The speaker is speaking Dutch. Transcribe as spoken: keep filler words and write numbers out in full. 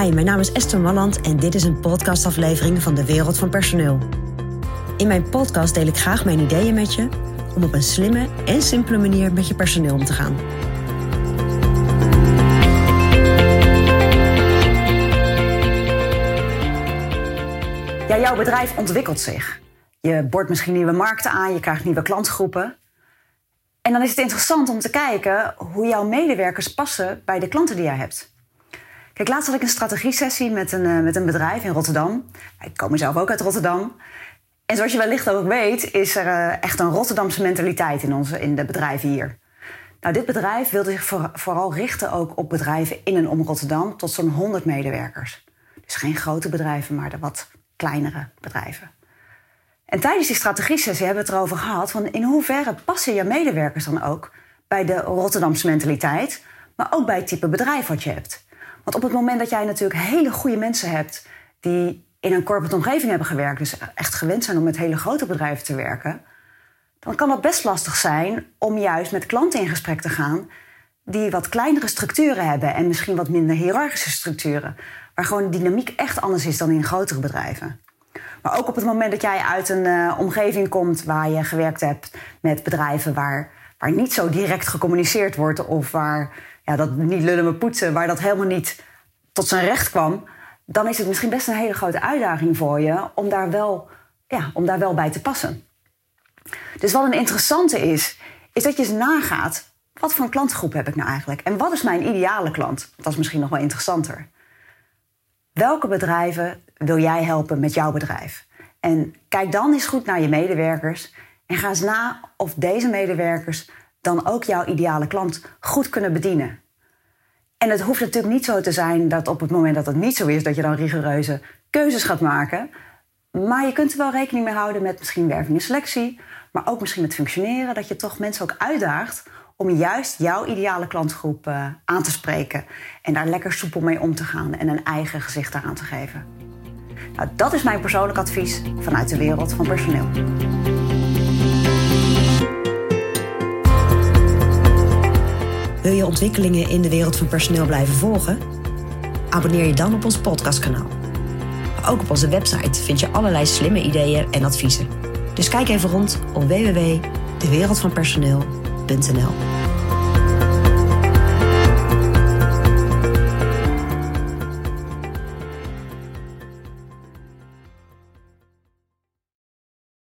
Hi, mijn naam is Esther Malland en dit is een podcastaflevering van de Wereld van Personeel. In mijn podcast deel ik graag mijn ideeën met je om op een slimme en simpele manier met je personeel om te gaan. Ja, jouw bedrijf ontwikkelt zich. Je boort misschien nieuwe markten aan, je krijgt nieuwe klantgroepen. En dan is het interessant om te kijken hoe jouw medewerkers passen bij de klanten die jij hebt. Kijk, laatst had ik een strategie-sessie met een, uh, met een bedrijf in Rotterdam. Ik kom zelf ook uit Rotterdam. En zoals je wellicht ook weet, is er uh, echt een Rotterdamse mentaliteit in, onze, in de bedrijven hier. Nou, dit bedrijf wilde zich voor, vooral richten ook op bedrijven in en om Rotterdam tot zo'n honderd medewerkers. Dus geen grote bedrijven, maar de wat kleinere bedrijven. En tijdens die strategie-sessie hebben we het erover gehad van in hoeverre passen je medewerkers dan ook bij de Rotterdamse mentaliteit, maar ook bij het type bedrijf wat je hebt. Want op het moment dat jij natuurlijk hele goede mensen hebt die in een corporate omgeving hebben gewerkt, dus echt gewend zijn om met hele grote bedrijven te werken, dan kan het best lastig zijn om juist met klanten in gesprek te gaan die wat kleinere structuren hebben en misschien wat minder hiërarchische structuren, waar gewoon de dynamiek echt anders is dan in grotere bedrijven. Maar ook op het moment dat jij uit een uh, omgeving komt waar je gewerkt hebt met bedrijven waar, waar niet zo direct gecommuniceerd wordt of waar ja, dat niet lullen maar poetsen, waar dat helemaal niet tot zijn recht kwam, dan is het misschien best een hele grote uitdaging voor je om daar wel, ja, om daar wel bij te passen. Dus wat een interessante is, is dat je eens nagaat, wat voor een klantgroep heb ik nou eigenlijk? En wat is mijn ideale klant? Dat is misschien nog wel interessanter. Welke bedrijven wil jij helpen met jouw bedrijf? En kijk dan eens goed naar je medewerkers en ga eens na of deze medewerkers dan ook jouw ideale klant goed kunnen bedienen. En het hoeft natuurlijk niet zo te zijn dat op het moment dat het niet zo is, dat je dan rigoureuze keuzes gaat maken. Maar je kunt er wel rekening mee houden met misschien werving en selectie, maar ook misschien met functioneren, dat je toch mensen ook uitdaagt om juist jouw ideale klantgroep uh, aan te spreken en daar lekker soepel mee om te gaan en een eigen gezicht daaraan te geven. Nou, dat is mijn persoonlijk advies vanuit de wereld van personeel. Wil je ontwikkelingen in de wereld van personeel blijven volgen? Abonneer je dan op ons podcastkanaal. Maar ook op onze website vind je allerlei slimme ideeën en adviezen. Dus kijk even rond op w w w punt de wereld van personeel punt n l.